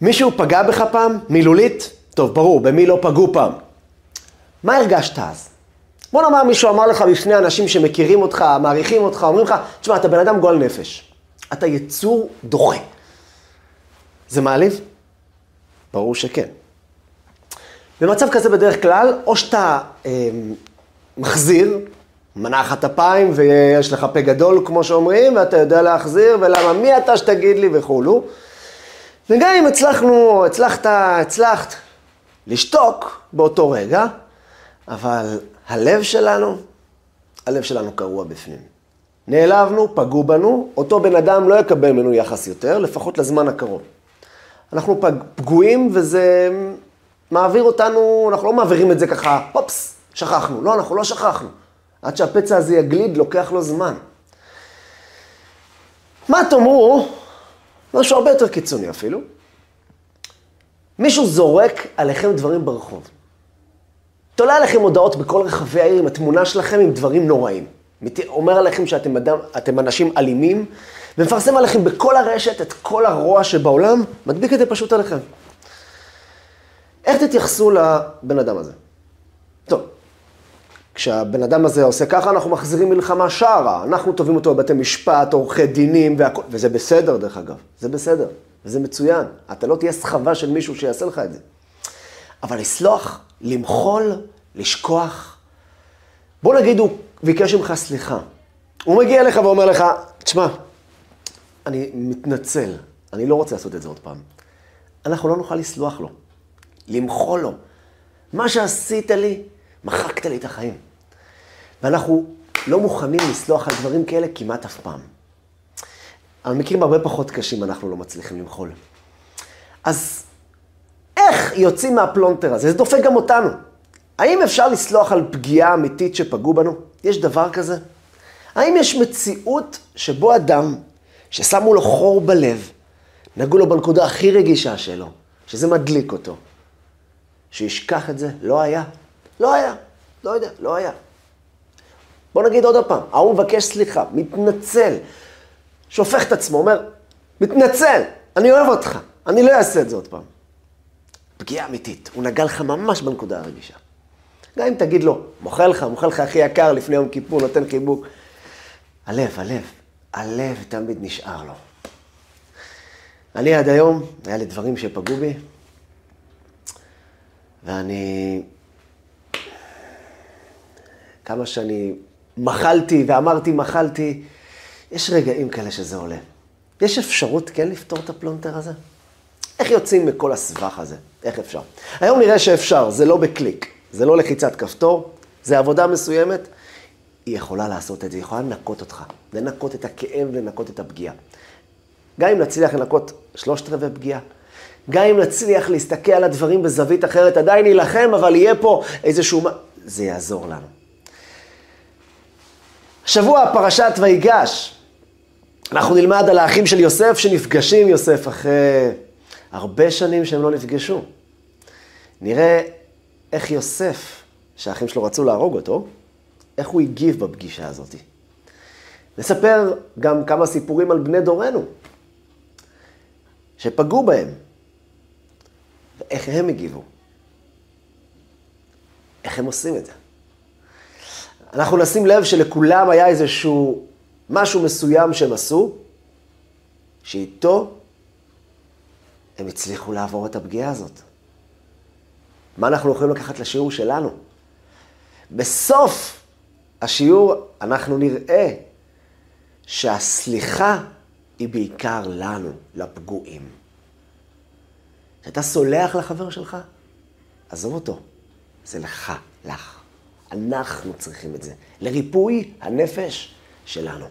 מישהו פגע בך פעם? מילולית? טוב, ברור, במי לא פגעו פעם. מה הרגשת אז? בוא נאמר, מישהו אמר לך בפני אנשים שמכירים אותך, מעריכים אותך, אומרים לך, תשמע, אתה בן אדם גועל נפש. אתה יצור דוחה. זה מעליב? ברור שכן. במצב כזה בדרך כלל, או שאתה מחזיר, מנח את הפיים ויש לך פה גדול, כמו שאומרים, ואתה יודע להחזיר, ולמה מי אתה שתגיד לי וכולו. וגם אם הצלחת לשתוק באותו רגע, אבל הלב שלנו קרוע בפנים. נעלבנו, פגעו בנו, אותו בן אדם לא יקבל ממנו יחס יותר, לפחות לזמן הקרוב. אנחנו פגועים וזה מעביר אותנו, אנחנו לא מעבירים את זה ככה, הופס, שכחנו. לא, אנחנו לא שכחנו. עד שהפצע הזה יגליד, לוקח לו זמן. מה תאמרו? משהו הרבה יותר קיצוני אפילו. מישהו זורק עליכם דברים ברחוב. תולה עליכם הודעות בכל רחבי העיר עם התמונה שלכם עם דברים נוראים. אומר עליכם שאתם אנשים אלימים, ומפרסם עליכם בכל הרשת את כל הרוע שבעולם, מדביק את זה פשוט עליכם. איך תתייחסו לבן אדם הזה? טוב, כשהבן אדם הזה עושה ככה, אנחנו מחזירים מלחמה שערה, אנחנו תובעים אותו בבתי משפט, עורכי דינים והכל, וזה בסדר דרך אגב, זה בסדר, וזה מצוין. אתה לא תהיה סחבה של מישהו שיעשה לך את זה. אבל לסלוח, למחול, לשכוח, בוא נגיד הוא ביקש ממך סליחה. הוא מגיע אליך ואומר לך, תשמע, אני מתנצל, אני לא רוצה לעשות את זה עוד פעם. אנחנו לא נוכל לסלוח לו, למחול לו. מה שעשית לי, מחקת לי את החיים. ואנחנו לא מוכנים לסלוח על דברים כאלה כמעט אף פעם. אבל מקרים הרבה פחות קשים אנחנו לא מצליחים למחול. אז איך יוצאים מהפלונטר הזה? זה דופק גם אותנו. האם אפשר לסלוח על פגיעה אמיתית שפגעו בנו? יש דבר כזה? האם יש מציאות שבו אדם ששמו לו חור בלב, נגעו לו בנקודה הכי רגישה שלו, שזה מדליק אותו, שישכח את זה? לא היה. לא היה. לא יודע, לא היה. בוא נגיד עוד פעם, ההוא מבקש סליחה, מתנצל, שופך את עצמו, אומר, מתנצל, אני אוהב אותך, אני לא אעשה את זה עוד פעם. פגיעה אמיתית, הוא נגע לך ממש בנקודה הרגישה. גם אם תגיד לו, מוכל לך הכי יקר לפני יום כיפור, נותן חיבוק. הלב תמיד נשאר לו. אני עד היום, היה לי דברים שפגעו בי, ואני, כמה שאני מחלתי ואמרתי מחלתי, יש רגעים כאלה שזה עולה. יש אפשרות כן לפתור את הפלונטר הזה? איך יוצאים מכל הסבך הזה? איך אפשר? היום נראה שאפשר, זה לא בקליק, זה לא לחיצת כפתור, זה עבודה מסוימת, היא יכולה לעשות את זה, היא יכולה לנקות אותך, לנקות את הכאב, לנקות את הפגיעה. גם אם נצליח לנקות 3/4 פגיעה, גם אם נצליח להסתכל על הדברים בזווית אחרת, עדיין נילחם, אבל יהיה פה איזשהו, זה יעזור לנו. שבוע פרשת ויגש, אנחנו נלמד על האחים של יוסף שנפגשים יוסף אחרי הרבה שנים שהם לא נפגשו. נראה איך יוסף, שהאחים שלו רצו להרוג אותו, איך הוא הגיב בפגישה הזאת. נספר גם כמה סיפורים על בני דורנו, שפגעו בהם, ואיך הם הגיבו. איך הם עושים את זה. אנחנו נשים לב שלכולם היה איזשהו משהו מסוים שהם עשו, שאיתו הם הצליחו לעבור את הפגיעה הזאת. מה אנחנו יכולים לקחת לשיעור שלנו? בסוף השיעור אנחנו נראה שהסליחה היא בעיקר לנו, לפגועים. כשאתה סולח לחבר שלך, עזוב אותו, זה לך. אנחנו צריכים את זה, לריפוי הנפש שלנו.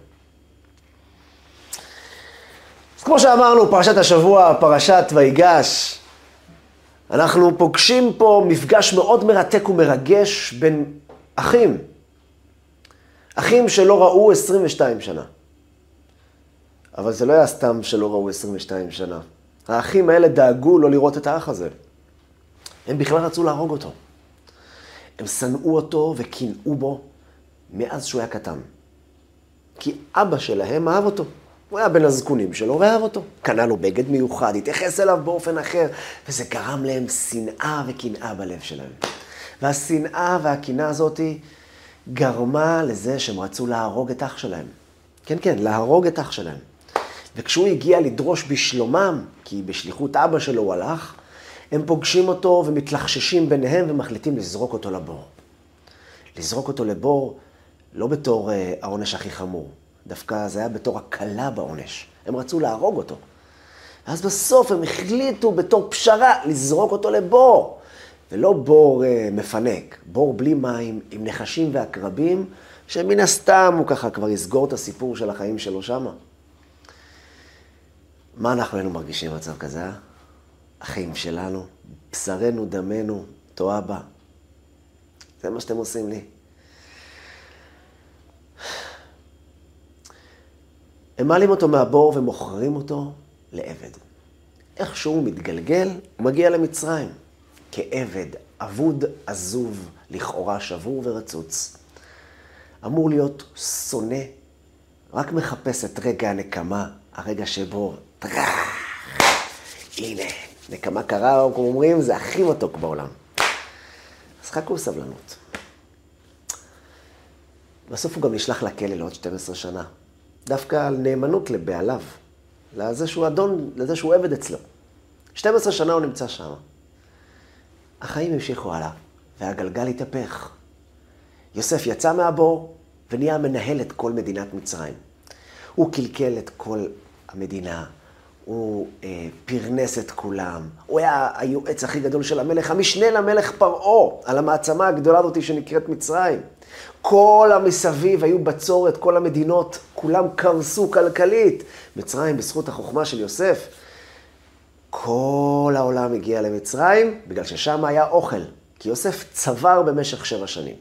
אז כמו שאמרנו, פרשת השבוע, פרשת ויגש, אנחנו פוגשים פה מפגש מאוד מרתק ומרגש בין אחים. אחים שלא ראו 22 שנה. אבל זה לא היה סתם שלא ראו 22 שנה. האחים האלה דאגו לא לראות את האח הזה. הם בכלל רצו להרוג אותו. הם שנאו אותו וקינאו בו מאז שהוא היה קטן. כי אבא שלהם אהב אותו. הוא היה בין הזקונים שלו ואהב אותו. קנה לו בגד מיוחד, התייחס אליו באופן אחר, וזה גרם להם שנאה וקנאה בלב שלהם. והשנאה והקנאה הזאת גרמה לזה שהם רצו להרוג את אח שלהם. כן, כן, להרוג את אח שלהם. וכשהוא הגיע לדרוש בשלומם, כי בשליחות אבא שלו הוא הלך, הם פוגשים אותו ומתלחששים ביניהם ומחליטים לזרוק אותו לבור. לזרוק אותו לבור לא בתור העונש הכי חמור, דווקא זה היה בתור הקלה בעונש. הם רצו להרוג אותו. אז בסוף הם החליטו בתור פשרה לזרוק אותו לבור. ולא בור מפנק, בור בלי מים, עם נחשים ועקרבים, שמן הסתם הוא ככה כבר יסגור את הסיפור של החיים שלו שמה. מה אנחנו היינו מרגישים במצב כזה? החיים שלנו, בשרנו, דמנו, תועה בה. זה מה שאתם עושים לי. הם מעלים אותו מהבור ומוכרים אותו לעבד. איכשהו הוא מתגלגל, הוא מגיע למצרים. כעבד, אבוד, עזוב, לכאורה שבור ורצוץ. אמור להיות שונא, רק מחפש את רגע הנקמה, הרגע שבו, הנה, נקמה קרה, כמו אומרים, זה הכי מתוק בעולם. אז חכו סבלנות. בסוף הוא גם נשלח לכלא לעוד 12 שנה. דווקא על נאמנות לבעליו, לזה שהוא אדון, לזה שהוא עבד אצלו. 12 שנה הוא נמצא שם. החיים המשיכו הלאה, והגלגל התהפך. יוסף יצא מהבור ונהיה מנהל את כל מדינת מצרים. הוא קלקל את כל המדינה, הוא פרנס את כולם, הוא היה היועץ הכי גדול של המלך, המשנה למלך פרעה, על המעצמה הגדולה הזאת שנקראת מצרים. כל המסביב היו בצורת, כל המדינות, כולם קרסו כלכלית. מצרים בזכות החוכמה של יוסף. כל העולם הגיע למצרים, בגלל ששם היה אוכל, כי יוסף צבר במשך 7 שנים.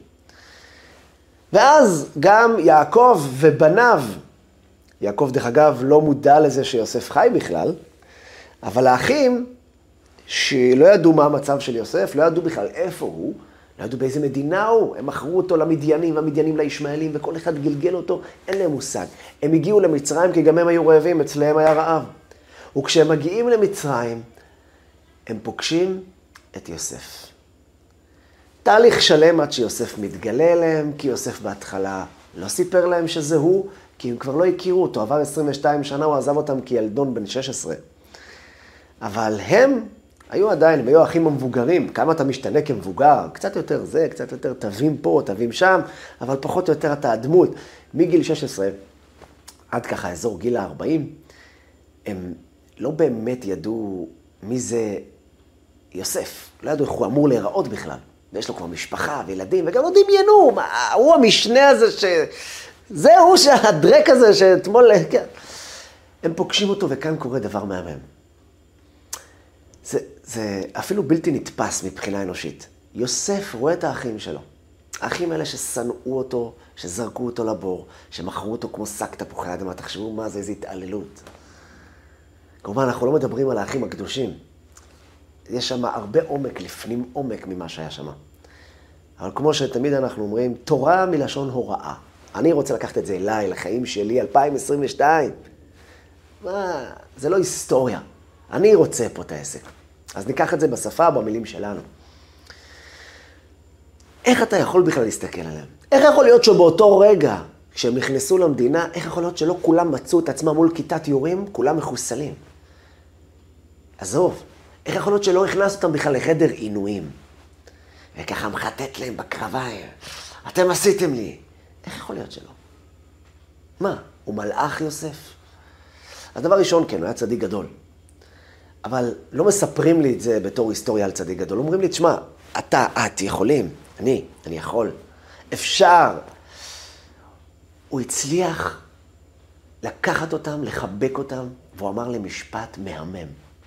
ואז גם יעקב ובניו, יעקב דרך אגב לא מודע לזה שיוסף חי בכלל, אבל האחים שלא ידעו מה המצב של יוסף, לא ידעו בכלל איפה הוא, לא ידעו באיזה מדינה הוא, הם מכרו אותו למדיינים, והמדיינים לישמעאלים, וכל אחד גלגל אותו, אין להם מושג. הם הגיעו למצרים כי גם הם היו רעבים, אצלם היה רעב. וכשהם מגיעים למצרים, הם פוגשים את יוסף. תהליך שלם עד שיוסף מתגלה אליהם, כי יוסף בהתחלה לא סיפר להם שזה הוא, כי הם כבר לא הכירו אותו. עבר 22 שנה, הוא עזב אותם כילדון בן 16. אבל הם היו עדיין, הם היו האחים המבוגרים. כמה אתה משתנה כמבוגר? קצת יותר זה, קצת יותר תווים פה, תווים שם, אבל פחות או יותר אתה הדמות. מגיל 16 עד ככה אזור גיל ה-40, הם לא באמת ידעו מי זה יוסף. לא ידעו איך הוא אמור להיראות בכלל. ויש לו כבר משפחה וילדים, וגם לא דמיינו, הוא המשנה הזה זה הוא שהדרק הזה שאתמול, כן. הם פוגשים אותו וכאן קורה דבר מהמם. זה אפילו בלתי נתפס מבחינה אנושית. יוסף רואה את האחים שלו. האחים האלה ששנאו אותו, שזרקו אותו לבור, שמכרו אותו כמו שק תפוחי אדמה. תחשבו מה זה, איזו התעללות. כלומר, אנחנו לא מדברים על האחים הקדושים. יש שם הרבה עומק, לפנים עומק ממה שהיה שם. אבל כמו שתמיד אנחנו אומרים, תורה מלשון הוראה. אני רוצה לקחת את זה אליי, לחיים שלי, 2022. מה? זה לא היסטוריה. אני רוצה פה את העסק. אז ניקח את זה בשפה, במילים שלנו. איך אתה יכול בכלל להסתכל עליהם? איך יכול להיות שבאותו רגע, כשהם נכנסו למדינה, איך יכול להיות שלא כולם מצאו את עצמם מול כיתת יורים, כולם מחוסלים? עזוב, איך יכול להיות שלא הכנס אותם בכלל לחדר עינויים? וככה מחטט להם בקרביים. אתם עשיתם לי. איך יכול להיות שלא? מה, הוא מלאך יוסף? אז דבר ראשון, כן, הוא היה צדיק גדול. אבל לא מספרים לי את זה בתור היסטוריה על צדיק גדול. אומרים לי, תשמע, את יכולים, אני יכול. אפשר. הוא הצליח לקחת אותם, לחבק אותם, והוא אמר להם משפט מהמם.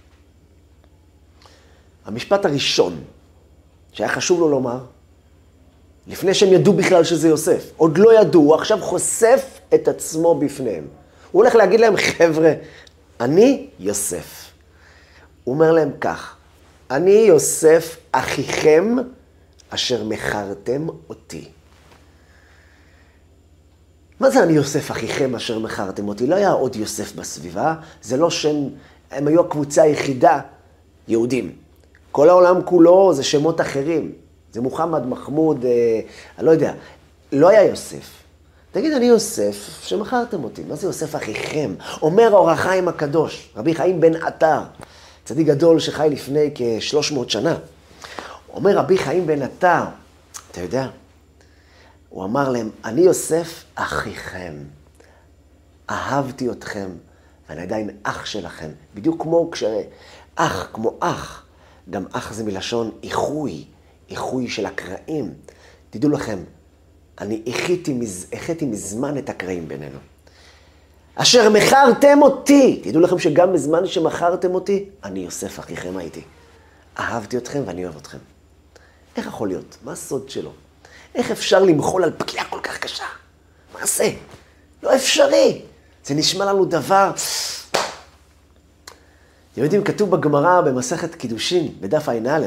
המשפט הראשון שהיה חשוב לו לומר, לפני שהם ידעו בכלל שזה יוסף, עוד לא ידעו, הוא עכשיו חושף את עצמו בפניהם. הוא הולך להגיד להם, חבר'ה, אני יוסף. הוא אומר להם כך, אני יוסף אחיכם אשר מכרתם אותי. מה זה אני יוסף אחיכם אשר מכרתם אותי? לא היה עוד יוסף בסביבה, זה לא שם, הם היו הקבוצה היחידה, יהודים. כל העולם כולו זה שמות אחרים. זה מוחמד, מחמוד, אני לא יודע. לא היה יוסף. תגיד, אני יוסף שמכרתם אותי. מה זה יוסף אחיכם? אומר האור החיים הקדוש, רבי חיים בן עטר, צדיק גדול שחי לפני כ-300 שנה. אומר רבי חיים בן עטר, אתה יודע, הוא אמר להם, אני יוסף אחיכם, אהבתי אתכם, ואני עדיין אח שלכם. בדיוק כמו כשאח, כמו אח, גם אח זה מלשון איחוי, איחוי של הקרעים. תדעו לכם, אני איחיתי מזמן את הקרעים בינינו. אשר מכרתם אותי, תדעו לכם שגם בזמן שמכרתם אותי, אני יוסף אחיכם הייתי. אהבתי אתכם ואני אוהב אתכם. איך יכול להיות? מה הסוד שלו? איך אפשר למחול על פגיעה כל כך קשה? מה זה? לא אפשרי. זה נשמע לנו דבר... אתם יודעים, כתוב בגמרא במסכת קידושין, בדף ע"א.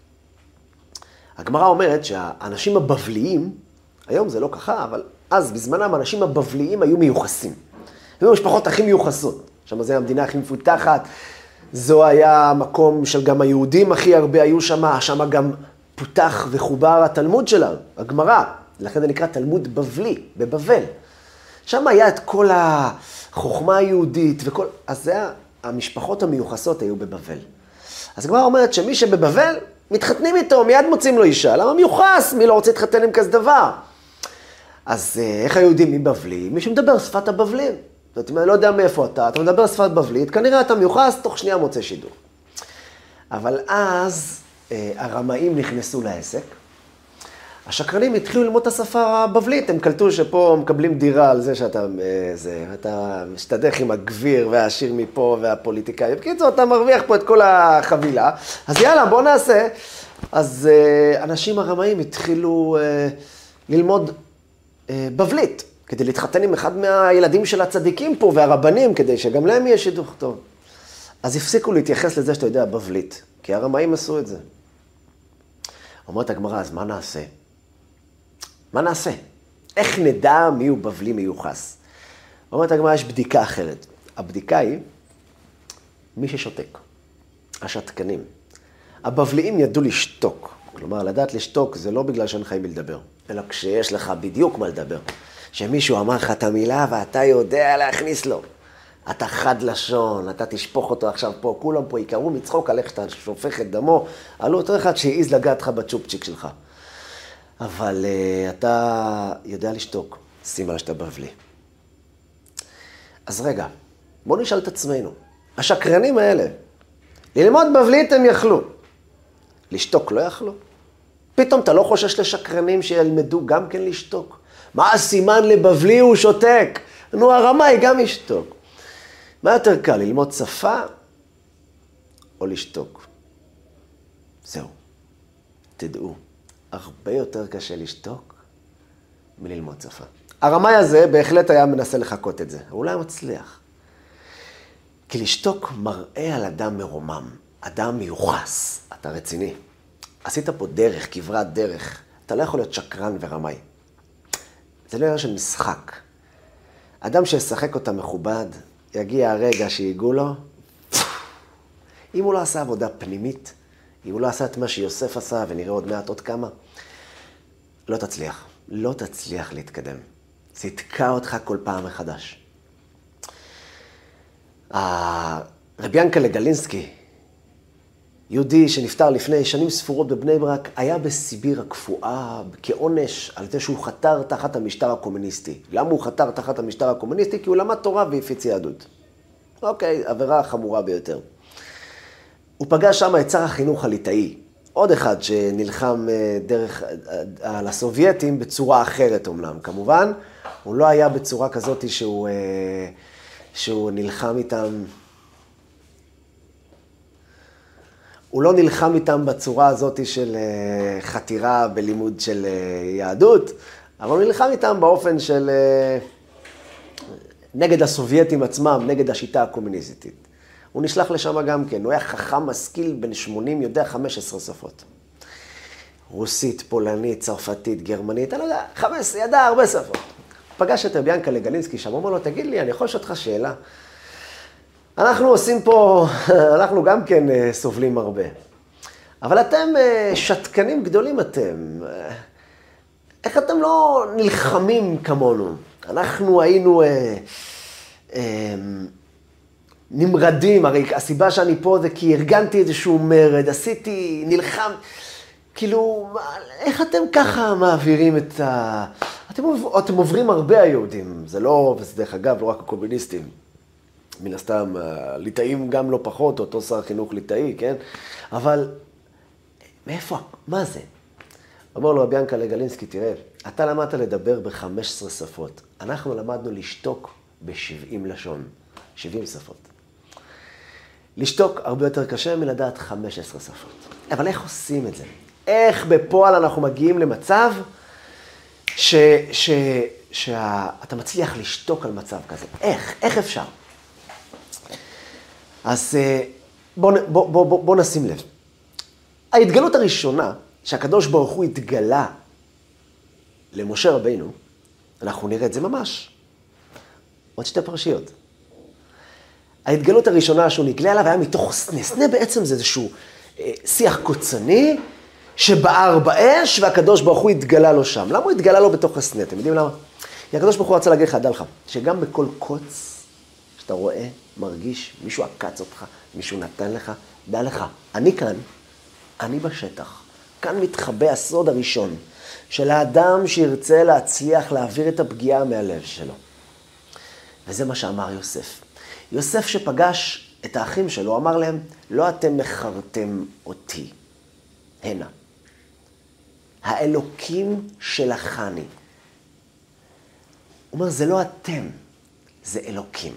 הגמרא אומרת שהאנשים הבבליים, היום זה לא ככה, אבל אז בזמנם האנשים הבבליים היו מיוחסים. היו משפחות הכי מיוחסות. שם זה המדינה הכי מפותחת. זו היה המקום של גם היהודים הכי הרבה היו שם. שם גם פותח וחובר התלמוד שלנו, הגמרא. לכן זה נקרא תלמוד בבלי, בבבל. שם היה את כל החוכמה היהודית וכל... אז זה היה... המשפחות המיוחסות היו בבבל. אז הגמרא אומרת שמי שבבבל, מתחתנים איתו, מיד מוצאים לו אישה. למה מיוחס? מי לא רוצה להתחתן עם כזה דבר? אז איך היהודים מבבלי? מי שמדבר שפת הבבלים. זאת אומרת, לא יודע מאיפה אתה מדבר שפת בבלית, כנראה אתה מיוחס, תוך שנייה מוצא שידור. אבל אז הרמאים נכנסו לעסק, השקרנים התחילו ללמוד את השפה הבבלית, הם קלטו שפה מקבלים דירה על זה שאתה אתה משתדך עם הגביר והעשיר מפה והפוליטיקאי. בקיצור, אתה מרוויח פה את כל החבילה, אז יאללה, בוא נעשה. אז אנשים הרמאים התחילו ללמוד בבלית, כדי להתחתן עם אחד מהילדים של הצדיקים פה והרבנים, כדי שגם להם יהיה שידוך טוב. אז הפסיקו להתייחס לזה שאתה יודע בבלית, כי הרמאים עשו את זה. אומרת הגמרא, אז מה נעשה? מה נעשה? איך נדע מי הוא בבלי מיוחס? אומרת הגמרא, יש בדיקה אחרת. הבדיקה היא מי ששותק, השתקנים. הבבליים ידעו לשתוק. כלומר, לדעת לשתוק זה לא בגלל שאין לך עם מי לדבר, אלא כשיש לך בדיוק מה לדבר. שמישהו אמר לך את המילה ואתה יודע להכניס לו. אתה חד לשון, אתה תשפוך אותו עכשיו פה, כולם פה יקראו מצחוק על איך שאתה שופך את דמו, עלו אותו אחד שיעיז לגעת לך בצ'ופצ'יק שלך. אבל אתה יודע לשתוק, שים על שאתה בבלי. אז רגע, בואו נשאל את עצמנו. השקרנים האלה, ללמוד בבלית הם יכלו, לשתוק לא יכלו? פתאום אתה לא חושש לשקרנים שילמדו גם כן לשתוק? מה הסימן לבבלי הוא שותק? נו, הרמאי גם ישתוק. מה יותר קל, ללמוד שפה או לשתוק? זהו, תדעו, הרבה יותר קשה לשתוק מללמוד שפה. הרמאי הזה בהחלט היה מנסה לחכות את זה, הוא אולי מצליח. כי לשתוק מראה על אדם מרומם, אדם מיוחס, אתה רציני. עשית פה דרך, כברת דרך, אתה לא יכול להיות שקרן ורמאי. זה לא עניין של משחק. אדם שישחק אותה מכובד, יגיע הרגע שיגעו לו, אם הוא לא עשה עבודה פנימית, אם הוא לא עשה את מה שיוסף עשה, ונראה עוד מעט עוד כמה, לא תצליח. לא תצליח להתקדם. זה יתקע אותך כל פעם מחדש. רבי ינקלה גלינסקי, יהודי שנפטר לפני שנים ספורות בבני ברק, היה בסיביר הקפואה כעונש על זה שהוא חתר תחת המשטר הקומוניסטי. למה הוא חתר תחת המשטר הקומוניסטי? כי הוא למד תורה והפיץ יהדות. אוקיי, עבירה חמורה ביותר. הוא פגש שם את שר החינוך הליטאי, עוד אחד שנלחם דרך על הסובייטים בצורה אחרת אומנם. כמובן, הוא לא היה בצורה כזאת שהוא נלחם איתם, הוא לא נלחם איתם בצורה הזאת של חתירה בלימוד של יהדות, אבל הוא נלחם איתם באופן של נגד הסובייטים עצמם, נגד השיטה הקומוניסטית. הוא נשלח לשם גם כן, הוא היה חכם משכיל בן 80, יודע 15 שפות. רוסית, פולנית, צרפתית, גרמנית, אני לא יודע, 15, ידע הרבה שפות. פגש את רבי ינקלה גלינסקי שם, הוא אומר לו, תגיד לי, אני יכול לשאול אותך שאלה? אנחנו עושים פה, אנחנו גם כן סובלים הרבה. אבל אתם שתקנים גדולים אתם. איך אתם לא נלחמים כמונו? אנחנו היינו נמרדים, הרי הסיבה שאני פה זה כי ארגנתי איזשהו מרד, נלחם, כאילו, איך אתם ככה מעבירים את ה... אתם עוברים הרבה היהודים, זה לא, וזה דרך אגב, לא רק הקומוניסטים. מן הסתם, ליטאים גם לא פחות, אותו שר חינוך ליטאי, כן? אבל מאיפה? מה זה? אמר לו רבי ינקלה גלינסקי, תראה, אתה למדת לדבר ב-15 שפות. אנחנו למדנו לשתוק ב-70 לשון, 70 שפות. לשתוק הרבה יותר קשה מלדעת 15 שפות. אבל איך עושים את זה? איך בפועל אנחנו מגיעים למצב שאתה מצליח לשתוק על מצב כזה? איך אפשר? אז בוא נשים לב. ההתגלות הראשונה שהקדוש ברוך הוא התגלה למשה רבינו, אנחנו נראה את זה ממש. עוד שתי פרשיות. ההתגלות הראשונה שהוא נגלה עליו היה מתוך סנה. סנה בעצם זה איזשהו שיח קוצני שבער באש והקדוש ברוך הוא התגלה לו שם. למה הוא התגלה לו בתוך הסנה? אתם יודעים למה? כי הקדוש ברוך הוא רצה להגיד לך, דע לך, שגם בכל קוץ שאתה רואה, מרגיש, מישהו עקץ אותך, מישהו נתן לך, דע לך, אני כאן, אני בשטח. כאן מתחבא הסוד הראשון של האדם שירצה להצליח להעביר את הפגיעה מהלב שלו. וזה מה שאמר יוסף. יוסף שפגש את האחים שלו, אמר להם, לא אתם מכרתם אותי, הנה. האלוקים שלחני. הוא אומר, זה לא אתם, זה אלוקים.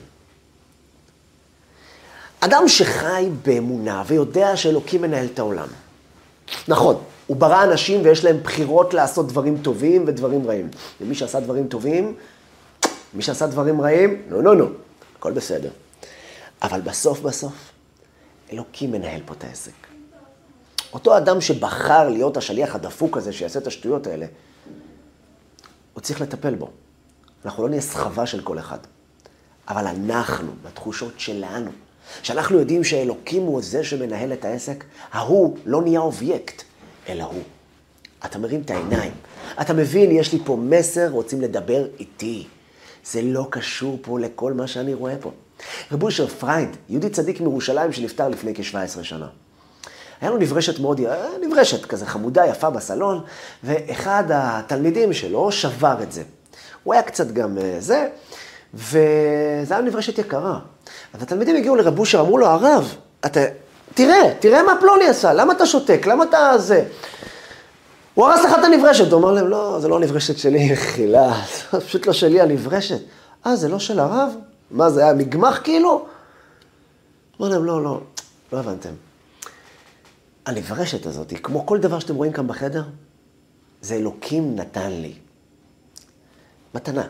אדם שחי באמונה ויודע שאלוקים מנהל את העולם. נכון, הוא ברא אנשים ויש להם בחירות לעשות דברים טובים ודברים רעים. ומי שעשה דברים טובים, מי שעשה דברים רעים, לא, הכל בסדר. אבל בסוף, אלוקים מנהל פה את העסק. אותו אדם שבחר להיות השליח הדפוק הזה, שיעשה את השטויות האלה, הוא צריך לטפל בו. אנחנו לא נהיה סחבה של כל אחד. אבל אנחנו, בתחושות שלנו, שאנחנו יודעים שאלוקים הוא זה שמנהל את העסק, ההוא לא נהיה אובייקט, אלא הוא. אתה מרים את העיניים. אתה מבין, יש לי פה מסר, רוצים לדבר איתי. זה לא קשור פה לכל מה שאני רואה פה. רב אושר פריינד, יהודי צדיק מירושלים שנפטר לפני כ-17 שנה. היה לו נברשת מאוד, נברשת כזה חמודה, יפה בסלון, ואחד התלמידים שלו שבר את זה. הוא היה קצת גם זה, וזה היה נברשת יקרה. אז התלמידים הגיעו לרב אושר, אמרו לו, הרב, תראה מה פלוני עשה, למה אתה שותק, למה אתה זה? הוא הרס לך את הנברשת, הוא אמר להם, לא, זה לא הנברשת שלי, מחילה, זה פשוט לא שלי הנברשת. זה לא של הרב? מה זה היה, מגמח כאילו? אמר להם, לא הבנתם. הנברשת הזאת, כמו כל דבר שאתם רואים כאן בחדר, זה אלוקים נתן לי. מתנה.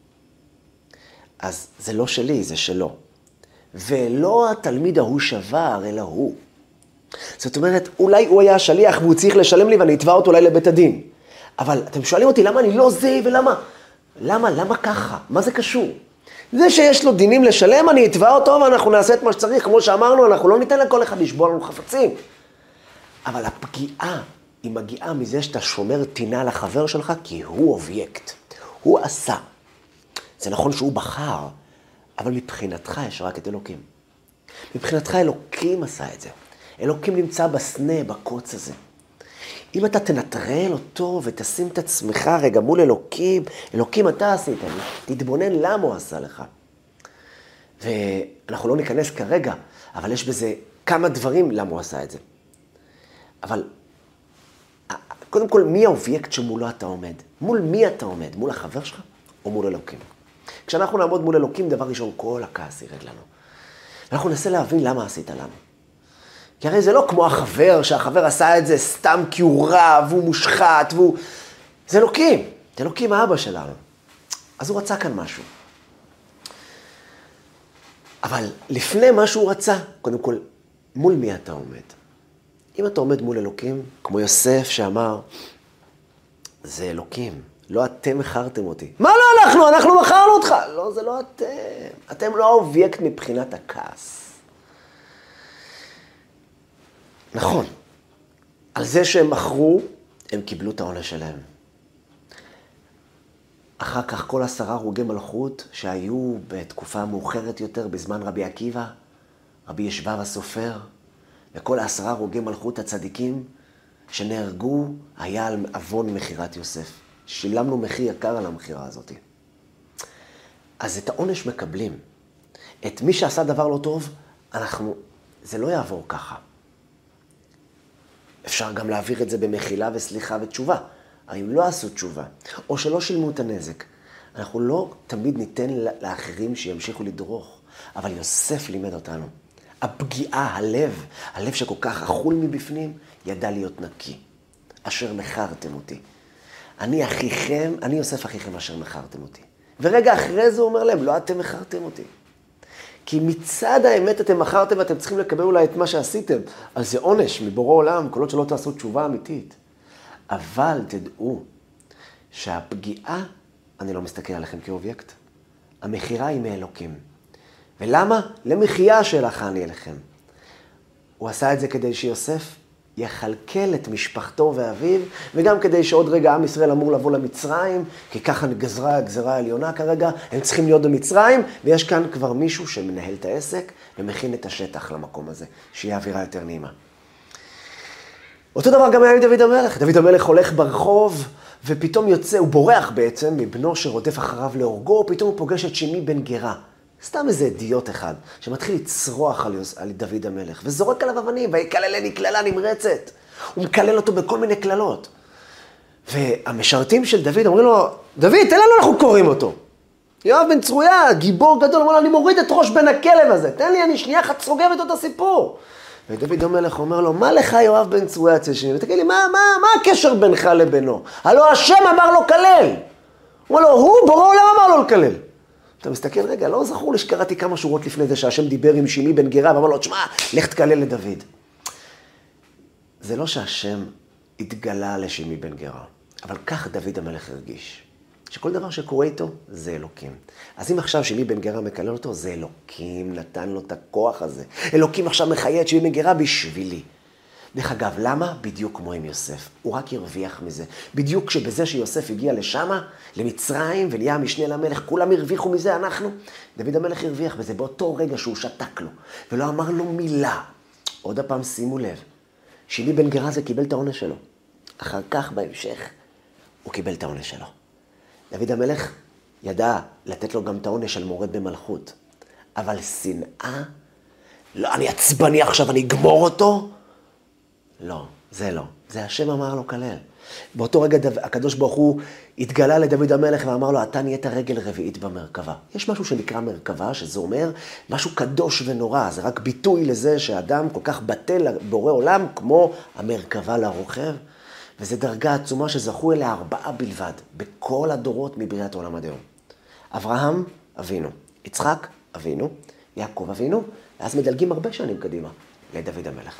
אז זה לא שלי, זה שלו. ולא התלמיד ההוא שבר, אלא הוא. זאת אומרת, אולי הוא היה שליח והוא צריך לשלם לי ואני אתבע אותו אולי לבית הדין. אבל אתם שואלים אותי, למה אני לא זה ולמה? למה ככה? מה זה קשור? זה שיש לו דינים לשלם, אני אתבע אותו ואנחנו נעשה את מה שצריך. כמו שאמרנו, אנחנו לא ניתן לכל אחד לשבוע לנו חפצים. אבל הפגיעה היא מגיעה מזה שאתה שומר טינה לחבר שלך, כי הוא אובייקט. הוא עשה. זה נכון שהוא בחר, אבל מבחינתך יש רק את אלוקים. מבחינתך אלוקים עשה את זה. אלוקים נמצא בסנה, בקוץ הזה. אם אתה תנטרל אותו ותשים את עצמך רגע מול אלוקים, אלוקים אתה עשית, תתבונן למה הוא עשה לך. ואנחנו לא ניכנס כרגע, אבל יש בזה כמה דברים למה הוא עשה את זה. אבל קודם כל, מי האובייקט שמולו אתה עומד? מול מי אתה עומד? מול החבר שלך או מול אלוקים? כשאנחנו נעמוד מול אלוקים, דבר ראשון, כל הכעס ירד לנו. ואנחנו ננסה להבין למה עשית לנו. כי הרי זה לא כמו החבר, שהחבר עשה את זה סתם כי הוא רע, והוא מושחת, זה אלוקים. זה אלוקים האבא שלנו. אז הוא רצה כאן משהו. אבל לפני מה שהוא רצה, קודם כל, מול מי אתה עומד? אם אתה עומד מול אלוקים, כמו יוסף שאמר, זה אלוקים, לא אתם מכרתם אותי. מה לא אנחנו? אנחנו מכרנו אותך. לא, זה לא אתם. אתם לא האובייקט מבחינת הכעס. נכון. על זה שהם מכרו, הם קיבלו את העונש שלהם. אחר כך כל 10 הרוגי מלכות שהיו בתקופה מאוחרת יותר, בזמן רבי עקיבא, רבי ישבב הסופר, וכל 10 הרוגי מלכות הצדיקים שנהרגו, היה על עוון מכירת יוסף. שילמנו מחיר יקר על המחירה הזאת. אז את העונש מקבלים. את מי שעשה דבר לא טוב, זה לא יעבור ככה. אפשר גם להעביר את זה במחילה וסליחה ותשובה. אם לא עשו תשובה, או שלא שילמו את הנזק, אנחנו לא תמיד ניתן לאחרים שימשיכו לדרוך. אבל יוסף לימד אותנו. הפגיעה, הלב שכל כך אכול מבפנים, ידע להיות נקי. אשר מכרתם אותי. אני יוסף אחיכם אשר מכרתם אותי. ורגע אחרי זה הוא אומר להם, לא אתם מכרתם אותי. כי מצד האמת אתם מכרתם ואתם צריכים לקבל אולי את מה שעשיתם. אז זה עונש מבורא עולם, כל עוד שלא תעשו תשובה אמיתית. אבל תדעו שהפגיעה, אני לא מסתכל עליכם כאובייקט. המחירה היא מאלוקים. ולמה? למחיה שלך אני אליכם. הוא עשה את זה כדי שיוסף יחלקל את משפחתו ואביו, וגם כדי שעוד רגע עם ישראל אמור לבוא למצרים, כי ככה גזרה הגזרה העליונה כרגע, הם צריכים להיות במצרים, ויש כאן כבר מישהו שמנהל את העסק, ומכין את השטח למקום הזה, שיהיה אווירה יותר נעימה. אותו דבר גם היה עם דוד המלך. דוד המלך הולך ברחוב, ופתאום יוצא, הוא בורח בעצם מבנו שרודף אחריו להורגו, פתאום הוא פוגש את שימי בן גרה. סתם איזה אידיוט אחד, שמתחיל לצרוח על דוד המלך, וזורק עליו אבנים, ויקללני קללה נמרצת. הוא מקלל אותו בכל מיני קללות. והמשרתים של דוד אומרים לו, דוד, תן לנו, אנחנו קוראים אותו. יואב בן צרויה, גיבור גדול, אומר לו, אני מוריד את ראש בן הכלב הזה, תן לי, אני שנייה אחת סוגרת אותו סיפור. ודוד המלך אומר לו, מה לך יואב בן צרויה אצל שימי? ותגיד לי, מה הקשר בינך לבינו? הלא השם אמר לו כלל. הוא אומר לו, הוא בורא עולם אמר לו לקלל. אתה מסתכל, רגע, לא זכור לי שקראתי כמה שורות לפני זה שהשם דיבר עם שימי בן גרה, ואמר לו, תשמע, לך תקלל לדוד. זה לא שהשם התגלה לשימי בן גרה, אבל כך דוד המלך הרגיש. שכל דבר שקורה איתו, זה אלוקים. אז אם עכשיו שימי בן גרה מקלל אותו, זה אלוקים נתן לו את הכוח הזה. אלוקים עכשיו מחיה את שימי בן גרה בשבילי. דרך אגב, למה? בדיוק כמו עם יוסף. הוא רק הרוויח מזה. בדיוק שבזה שיוסף הגיע לשם, למצרים, ונהיה המשנה למלך, כולם הרוויחו מזה, אנחנו. דוד המלך הרוויח בזה באותו רגע שהוא שתק לו, ולא אמר לו מילה. עוד הפעם שימו לב, שימי בן גרה זה קיבל את העונש שלו. אחר כך, בהמשך, הוא קיבל את העונש שלו. דוד המלך ידע לתת לו גם את העונש של מורד במלכות. אבל שנאה, לא, אני עצבני עכשיו, אני אגמור אותו. לא, זה לא. זה השם אמר לו כלל. באותו רגע הקדוש ברוך הוא התגלה לדוד המלך ואמר לו, אתה נהיית רגל רביעית במרכבה. יש משהו שנקרא מרכבה, שזה אומר משהו קדוש ונורא. זה רק ביטוי לזה שאדם כל כך בטל בורא עולם כמו המרכבה לרוכב. וזו דרגה עצומה שזכו אליה 4 בלבד, בכל הדורות מבריאת העולם עד היום. אברהם, אבינו. יצחק, אבינו. יעקב, אבינו. ואז מדלגים הרבה שנים קדימה לדוד המלך.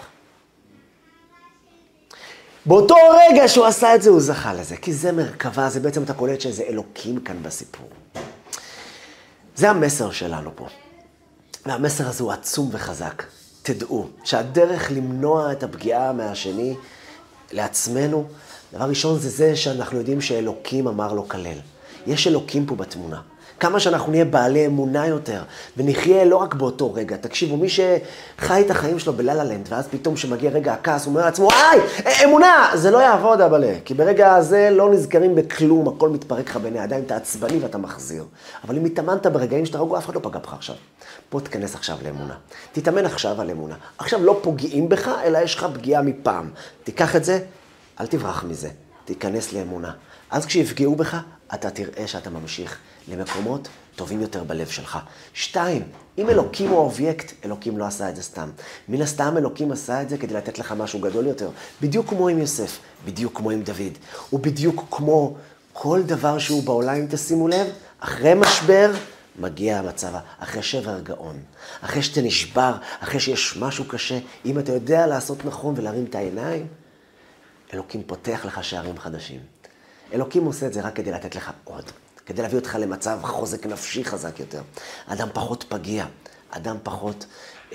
באותו רגע שהוא עשה את זה, הוא זכה לזה. כי זה מרכבה, זה בעצם אתה קולט שזה אלוקים כאן בסיפור. זה המסר שלנו פה. והמסר הזה הוא עצום וחזק. תדעו שהדרך למנוע את הפגיעה מהשני לעצמנו, דבר ראשון זה שאנחנו יודעים שאלוקים אמר לו כלל. יש אלוקים פה בתמונה. כמה שאנחנו נהיה בעלי אמונה יותר, ונחיה לא רק באותו רגע. תקשיבו, מי שחי את החיים שלו בלה-לה לנד, ואז פתאום שמגיע רגע הכעס, הוא אומר לעצמו, אמונה! זה לא יעבוד, אבל כי ברגע הזה לא נזכרים בכלום, הכל מתפרק לך בין הידיים, אתה עצבני ואתה מחזיר. אבל אם התאמנת ברגעים שאתה רגוע, אף אחד לא פגע בך עכשיו. פה תכנס עכשיו לאמונה. תתאמן עכשיו על אמונה. עכשיו לא פוגעים בך, אלא יש לך פגיעה מפעם. תיקח את זה, אל תברח מזה. תיכנס לאמונה. אז כשיפגעו בך, אתה תראה שאתה ממשיך למקומות טובים יותר בלב שלך. 2, אם אלוקים הוא אובייקט, אלוקים לא עשה את זה סתם. מן הסתם אלוקים עשה את זה כדי לתת לך משהו גדול יותר. בדיוק כמו עם יוסף, בדיוק כמו עם דוד. ובדיוק כמו כל דבר שהוא בעולם, אם תשימו לב, אחרי משבר מגיע המצב, אחרי שבר גאון. אחרי שאתה נשבר, אחרי שיש משהו קשה, אם אתה יודע לעשות נכון ולהרים את העיניים, אלוקים פותח לך שערים חדשים. אלוקים עושה את זה רק כדי לתת לך עוד, כדי להביא אותך למצב חוזק נפשי חזק יותר. אדם פחות פגיע, אדם פחות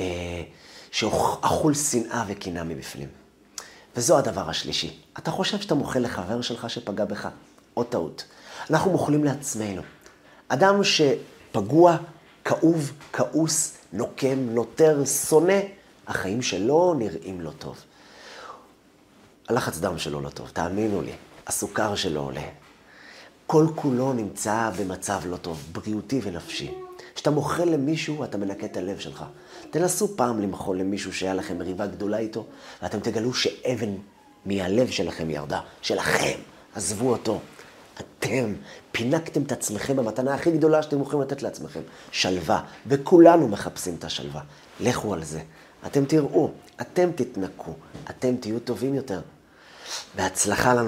שאכול שנאה וקינה מבפנים. וזו הדבר השלישי. אתה חושב שאתה מוכל לחבר שלך שפגע בך? עוד טעות. אנחנו מוכלים לעצמנו. אדם שפגוע, כאוב, כעוס, נוקם, נותר, שונא, החיים שלו נראים לא טוב. הלחץ דם שלו לא טוב, תאמינו לי, הסוכר שלו עולה. כל כולו נמצא במצב לא טוב, בריאותי ונפשי. כשאתה מוכל למישהו, אתה מנקה את הלב שלך. תנסו פעם למחול למישהו שהיה לכם מריבה גדולה איתו, ואתם תגלו שאבן מהלב שלכם ירדה, שלכם, עזבו אותו. אתם פינקתם את עצמכם במתנה הכי גדולה שאתם יכולים לתת לעצמכם, שלווה, וכולנו מחפשים את השלווה. לכו על זה. אתם תראו, אתם תתנקו, אתם תהיו טובים יותר. בהצלחה לנו.